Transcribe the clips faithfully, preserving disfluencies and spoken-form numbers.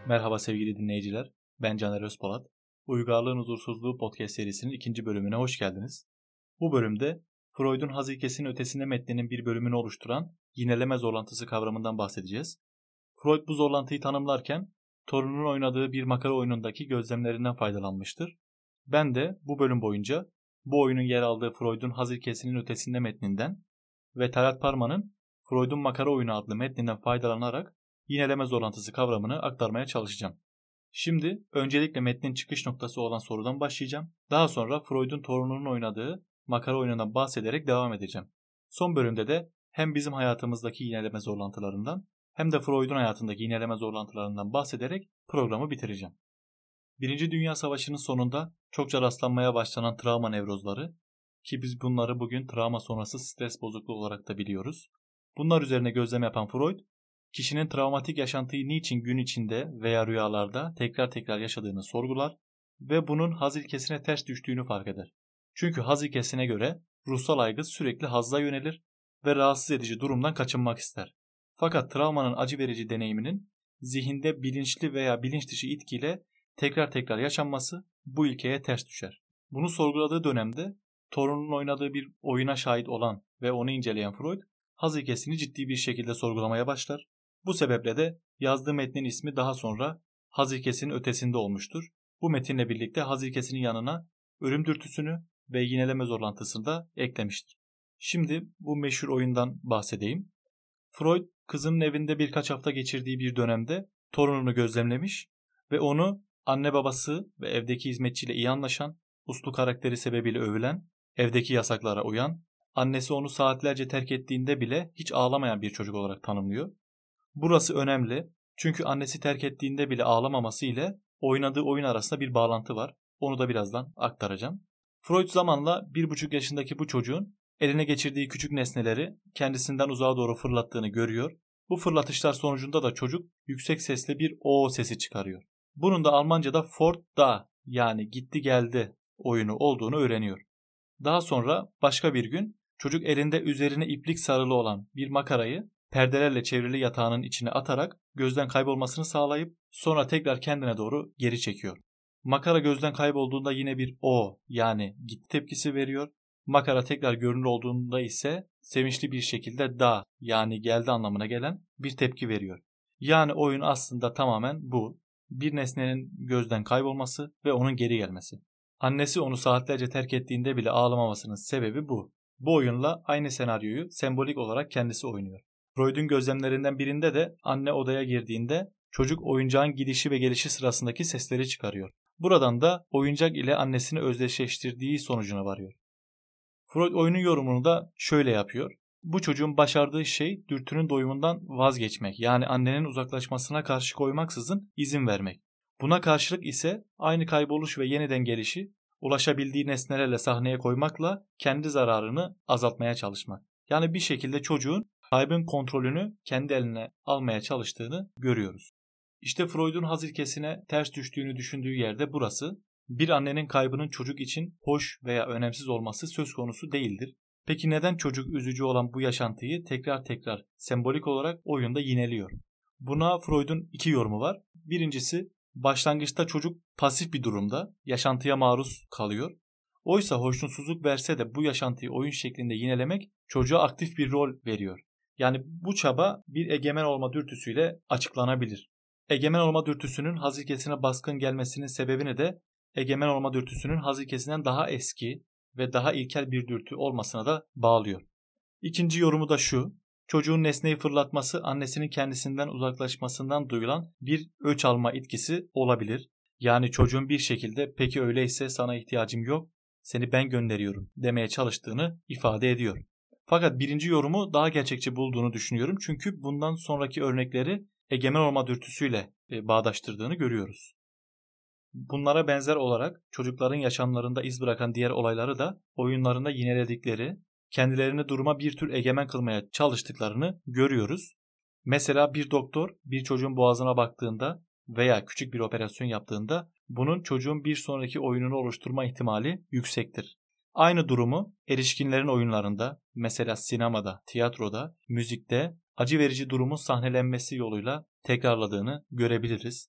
Merhaba sevgili dinleyiciler, ben Caner Özpolat. Uygarlığın Huzursuzluğu podcast serisinin ikinci bölümüne hoş geldiniz. Bu bölümde Freud'un haz ilkesinin ötesinde metninin bir bölümünü oluşturan yineleme zorlantısı kavramından bahsedeceğiz. Freud bu zorlantıyı tanımlarken torununun oynadığı bir makara oyunundaki gözlemlerinden faydalanmıştır. Ben de bu bölüm boyunca bu oyunun yer aldığı Freud'un haz ilkesinin ötesinde metninden ve Talat Parman'ın Freud'un makara oyunu adlı metninden faydalanarak yineleme zorlantısı kavramını aktarmaya çalışacağım. Şimdi öncelikle metnin çıkış noktası olan sorudan başlayacağım. Daha sonra Freud'un torununun oynadığı makara oyunundan bahsederek devam edeceğim. Son bölümde de hem bizim hayatımızdaki yineleme zorlantılarından hem de Freud'un hayatındaki yineleme zorlantılarından bahsederek programı bitireceğim. Birinci Dünya Savaşı'nın sonunda çokça rastlanmaya başlanan travma nevrozları, ki biz bunları bugün travma sonrası stres bozukluğu olarak da biliyoruz. Bunlar üzerine gözlem yapan Freud, kişinin travmatik yaşantıyı niçin gün içinde veya rüyalarda tekrar tekrar yaşadığını sorgular ve bunun haz ilkesine ters düştüğünü fark eder. Çünkü haz ilkesine göre ruhsal aygıt sürekli hazza yönelir ve rahatsız edici durumdan kaçınmak ister. Fakat travmanın acı verici deneyiminin zihinde bilinçli veya bilinç dışı itkiyle tekrar tekrar yaşanması bu ilkeye ters düşer. Bunu sorguladığı dönemde torununun oynadığı bir oyuna şahit olan ve onu inceleyen Freud, haz ilkesini ciddi bir şekilde sorgulamaya başlar. Bu sebeple de yazdığı metnin ismi daha sonra haz ilkesinin ötesinde olmuştur. Bu metinle birlikte haz ilkesinin yanına ölüm dürtüsünü ve yineleme zorlantısını da eklemiştir. Şimdi bu meşhur oyundan bahsedeyim. Freud kızının evinde birkaç hafta geçirdiği bir dönemde torununu gözlemlemiş ve onu anne babası ve evdeki hizmetçiyle iyi anlaşan, uslu karakteri sebebiyle övülen, evdeki yasaklara uyan, annesi onu saatlerce terk ettiğinde bile hiç ağlamayan bir çocuk olarak tanımlıyor. Burası önemli çünkü annesi terk ettiğinde bile ağlamaması ile oynadığı oyun arasında bir bağlantı var. Onu da birazdan aktaracağım. Freud zamanla bir buçuk yaşındaki bu çocuğun eline geçirdiği küçük nesneleri kendisinden uzağa doğru fırlattığını görüyor. Bu fırlatışlar sonucunda da çocuk yüksek sesle bir o sesi çıkarıyor. Bunun da Almanca'da fort da yani gitti geldi oyunu olduğunu öğreniyor. Daha sonra başka bir gün çocuk elinde üzerine iplik sarılı olan bir makarayı perdelerle çevrili yatağının içine atarak gözden kaybolmasını sağlayıp sonra tekrar kendine doğru geri çekiyor. Makara gözden kaybolduğunda yine bir o yani gitti tepkisi veriyor. Makara tekrar görünür olduğunda ise sevinçli bir şekilde da yani geldi anlamına gelen bir tepki veriyor. Yani oyun aslında tamamen bu. Bir nesnenin gözden kaybolması ve onun geri gelmesi. Annesi onu saatlerce terk ettiğinde bile ağlamamasının sebebi bu. Bu oyunla aynı senaryoyu sembolik olarak kendisi oynuyor. Freud'un gözlemlerinden birinde de anne odaya girdiğinde çocuk oyuncağın gidişi ve gelişi sırasındaki sesleri çıkarıyor. Buradan da oyuncak ile annesini özdeşleştirdiği sonucuna varıyor. Freud oyunun yorumunu da şöyle yapıyor. Bu çocuğun başardığı şey dürtünün doyumundan vazgeçmek, yani annenin uzaklaşmasına karşı koymaksızın izin vermek. Buna karşılık ise aynı kayboluş ve yeniden gelişi ulaşabildiği nesnelerle sahneye koymakla kendi zararını azaltmaya çalışmak. Yani bir şekilde çocuğun kaybın kontrolünü kendi eline almaya çalıştığını görüyoruz. İşte Freud'un haz ilkesine ters düştüğünü düşündüğü yerde burası. Bir annenin kaybının çocuk için hoş veya önemsiz olması söz konusu değildir. Peki neden çocuk üzücü olan bu yaşantıyı tekrar tekrar sembolik olarak oyunda yineliyor? Buna Freud'un iki yorumu var. Birincisi, başlangıçta çocuk pasif bir durumda yaşantıya maruz kalıyor. Oysa hoşnutsuzluk verse de bu yaşantıyı oyun şeklinde yinelemek çocuğa aktif bir rol veriyor. Yani bu çaba bir egemen olma dürtüsüyle açıklanabilir. Egemen olma dürtüsünün haz ilkesine baskın gelmesinin sebebini de egemen olma dürtüsünün haz ilkesinden daha eski ve daha ilkel bir dürtü olmasına da bağlıyor. İkinci yorumu da şu: çocuğun nesneyi fırlatması annesinin kendisinden uzaklaşmasından duyulan bir öç alma itkisi olabilir. Yani çocuğun bir şekilde peki öyleyse sana ihtiyacım yok, seni ben gönderiyorum demeye çalıştığını ifade ediyor. Fakat birinci yorumu daha gerçekçi bulduğunu düşünüyorum çünkü bundan sonraki örnekleri egemen olma dürtüsüyle bağdaştırdığını görüyoruz. Bunlara benzer olarak çocukların yaşamlarında iz bırakan diğer olayları da oyunlarında yineledikleri, kendilerini duruma bir tür egemen kılmaya çalıştıklarını görüyoruz. Mesela bir doktor bir çocuğun boğazına baktığında veya küçük bir operasyon yaptığında bunun çocuğun bir sonraki oyununu oluşturma ihtimali yüksektir. Aynı durumu erişkinlerin oyunlarında, mesela sinemada, tiyatroda, müzikte acı verici durumun sahnelenmesi yoluyla tekrarladığını görebiliriz.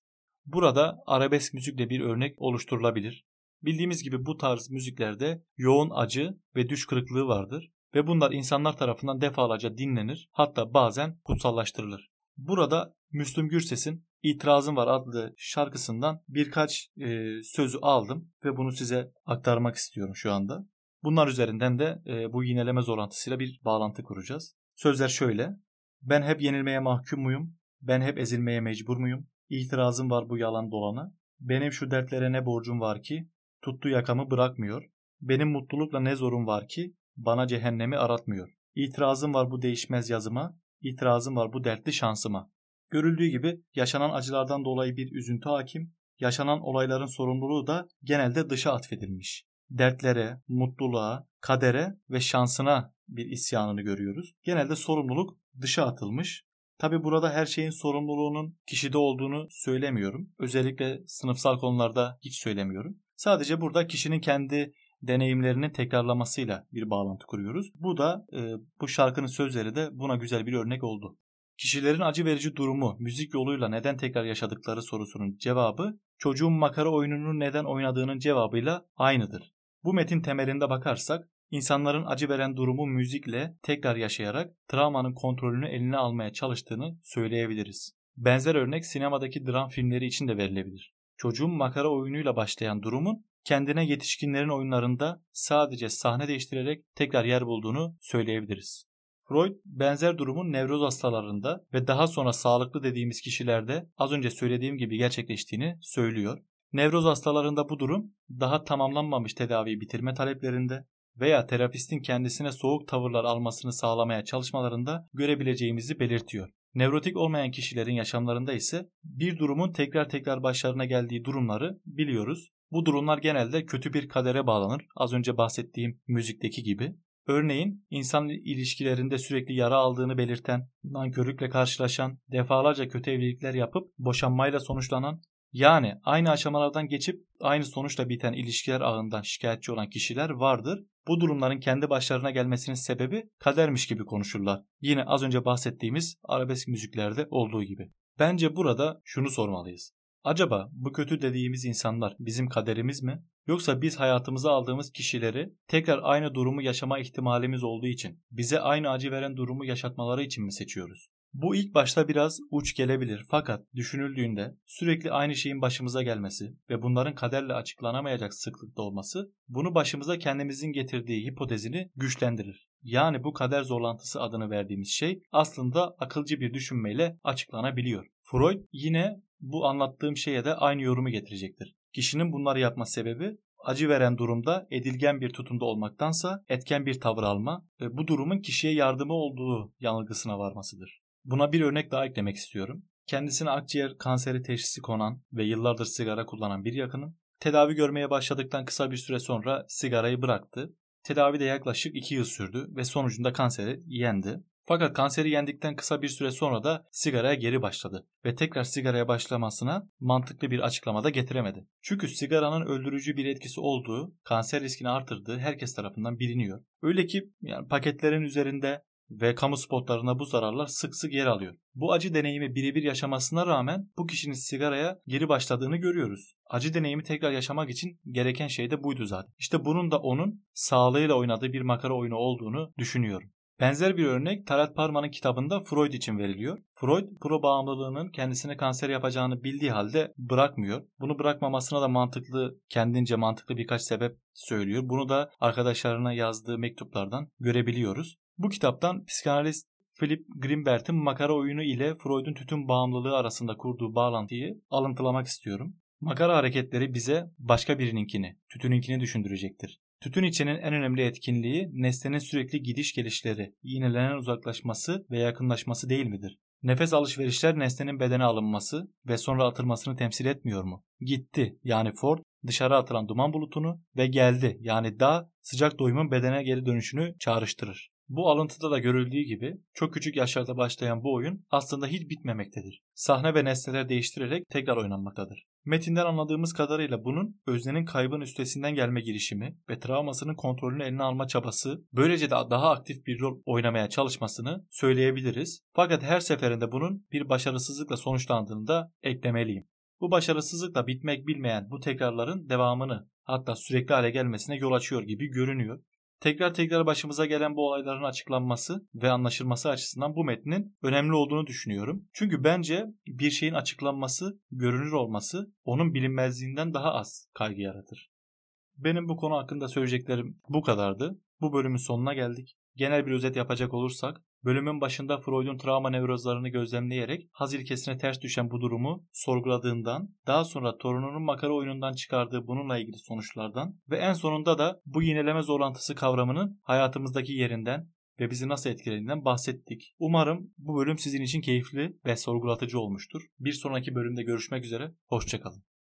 Burada arabesk müzikle bir örnek oluşturulabilir. Bildiğimiz gibi bu tarz müziklerde yoğun acı ve düş kırıklığı vardır ve bunlar insanlar tarafından defalarca dinlenir, hatta bazen kutsallaştırılır. Burada Müslüm Gürses'in İtirazım Var adlı şarkısından birkaç e, sözü aldım ve bunu size aktarmak istiyorum şu anda. Bunlar üzerinden de e, bu yineleme zorlantısıyla bir bağlantı kuracağız. Sözler şöyle: Ben hep yenilmeye mahkum muyum? Ben hep ezilmeye mecbur muyum? İtirazım var bu yalan dolana. Benim şu dertlere ne borcum var ki? Tuttu yakamı bırakmıyor. Benim mutlulukla ne zorum var ki? Bana cehennemi aratmıyor. İtirazım var bu değişmez yazıma. İtirazım var bu dertli şansıma. Görüldüğü gibi yaşanan acılardan dolayı bir üzüntü hakim. Yaşanan olayların sorumluluğu da genelde dışa atfedilmiş. Dertlere, mutluluğa, kadere ve şansına bir isyanını görüyoruz. Genelde sorumluluk dışa atılmış. Tabi burada her şeyin sorumluluğunun kişide olduğunu söylemiyorum. Özellikle sınıfsal konularda hiç söylemiyorum. Sadece burada kişinin kendi deneyimlerinin tekrarlamasıyla bir bağlantı kuruyoruz. Bu da e, bu şarkının sözleri de buna güzel bir örnek oldu. Kişilerin acı verici durumu müzik yoluyla neden tekrar yaşadıkları sorusunun cevabı çocuğun makara oyununu neden oynadığının cevabıyla aynıdır. Bu metin temelinde bakarsak İnsanların acı veren durumu müzikle tekrar yaşayarak travmanın kontrolünü eline almaya çalıştığını söyleyebiliriz. Benzer örnek sinemadaki dram filmleri için de verilebilir. Çocuğun makara oyunuyla başlayan durumun kendine yetişkinlerin oyunlarında sadece sahne değiştirerek tekrar yer bulduğunu söyleyebiliriz. Freud benzer durumun nevroz hastalarında ve daha sonra sağlıklı dediğimiz kişilerde az önce söylediğim gibi gerçekleştiğini söylüyor. Nevroz hastalarında bu durum daha tamamlanmamış tedaviyi bitirme taleplerinde veya terapistin kendisine soğuk tavırlar almasını sağlamaya çalışmalarında görebileceğimizi belirtiyor. Nevrotik olmayan kişilerin yaşamlarında ise bir durumun tekrar tekrar başlarına geldiği durumları biliyoruz. Bu durumlar genelde kötü bir kadere bağlanır. Az önce bahsettiğim müzikteki gibi. Örneğin insan ilişkilerinde sürekli yara aldığını belirten, nankörlükle karşılaşan, defalarca kötü evlilikler yapıp boşanmayla sonuçlanan, yani aynı aşamalardan geçip aynı sonuçla biten ilişkiler ağından şikayetçi olan kişiler vardır. Bu durumların kendi başlarına gelmesinin sebebi kadermiş gibi konuşurlar. Yine az önce bahsettiğimiz arabesk müziklerde olduğu gibi. Bence burada şunu sormalıyız. Acaba bu kötü dediğimiz insanlar bizim kaderimiz mi? Yoksa biz hayatımıza aldığımız kişileri tekrar aynı durumu yaşama ihtimalimiz olduğu için, bize aynı acı veren durumu yaşatmaları için mi seçiyoruz? Bu ilk başta biraz uç gelebilir, fakat düşünüldüğünde sürekli aynı şeyin başımıza gelmesi ve bunların kaderle açıklanamayacak sıklıkta olması bunu başımıza kendimizin getirdiği hipotezini güçlendirir. Yani bu kader zorlantısı adını verdiğimiz şey aslında akılcı bir düşünmeyle açıklanabiliyor. Freud yine bu anlattığım şeye de aynı yorumu getirecektir. Kişinin bunları yapma sebebi acı veren durumda edilgen bir tutumda olmaktansa etken bir tavır alma ve bu durumun kişiye yardımı olduğu yanılgısına varmasıdır. Buna bir örnek daha eklemek istiyorum. Kendisine akciğer kanseri teşhisi konan ve yıllardır sigara kullanan bir yakınım, tedavi görmeye başladıktan kısa bir süre sonra sigarayı bıraktı. Tedavi de yaklaşık iki yıl sürdü ve sonucunda kanseri yendi. Fakat kanseri yendikten kısa bir süre sonra da sigaraya geri başladı ve tekrar sigaraya başlamasına mantıklı bir açıklama da getiremedi. Çünkü sigaranın öldürücü bir etkisi olduğu, kanser riskini artırdığı herkes tarafından biliniyor. Öyle ki yani paketlerin üzerinde ve kamu spotlarında bu zararlar sık sık yer alıyor. Bu acı deneyimi birebir yaşamasına rağmen bu kişinin sigaraya geri başladığını görüyoruz. Acı deneyimi tekrar yaşamak için gereken şey de buydu zaten. İşte bunun da onun sağlığıyla oynadığı bir makara oyunu olduğunu düşünüyorum. Benzer bir örnek Talat Parman'ın kitabında Freud için veriliyor. Freud, pro bağımlılığının kendisine kanser yapacağını bildiği halde bırakmıyor. Bunu bırakmamasına da mantıklı, kendince mantıklı birkaç sebep söylüyor. Bunu da arkadaşlarına yazdığı mektuplardan görebiliyoruz. Bu kitaptan psikanalist Philip Grimbert'in makara oyunu ile Freud'un tütün bağımlılığı arasında kurduğu bağlantıyı alıntılamak istiyorum. Makara hareketleri bize başka birininkini, tütününkini düşündürecektir. Tütün içinin en önemli etkinliği nesnenin sürekli gidiş gelişleri, iğnelenen uzaklaşması ve yakınlaşması değil midir? Nefes alışverişler nesnenin bedene alınması ve sonra atılmasını temsil etmiyor mu? Gitti yani Ford dışarı atılan duman bulutunu ve geldi yani dağ sıcak doyumun bedene geri dönüşünü çağrıştırır. Bu alıntıda da görüldüğü gibi çok küçük yaşlarda başlayan bu oyun aslında hiç bitmemektedir. Sahne ve nesneler değiştirerek tekrar oynanmaktadır. Metinden anladığımız kadarıyla bunun öznenin kaybın üstesinden gelme girişimi ve travmasının kontrolünü eline alma çabası, böylece de daha aktif bir rol oynamaya çalışmasını söyleyebiliriz. Fakat her seferinde bunun bir başarısızlıkla sonuçlandığını da eklemeliyim. Bu başarısızlıkla bitmek bilmeyen bu tekrarların devamını, hatta sürekli hale gelmesine yol açıyor gibi görünüyor. Tekrar tekrar başımıza gelen bu olayların açıklanması ve anlaşılması açısından bu metnin önemli olduğunu düşünüyorum. Çünkü bence bir şeyin açıklanması, görünür olması onun bilinmezliğinden daha az kaygı yaratır. Benim bu konu hakkında söyleyeceklerim bu kadardı. Bu bölümün sonuna geldik. Genel bir özet yapacak olursak, bölümün başında Freud'un travma nevrozlarını gözlemleyerek haz ilkesine ters düşen bu durumu sorguladığından, daha sonra torununun makara oyunundan çıkardığı bununla ilgili sonuçlardan ve en sonunda da bu yineleme zorlantısı kavramının hayatımızdaki yerinden ve bizi nasıl etkilediğinden bahsettik. Umarım bu bölüm sizin için keyifli ve sorgulatıcı olmuştur. Bir sonraki bölümde görüşmek üzere, hoşça kalın.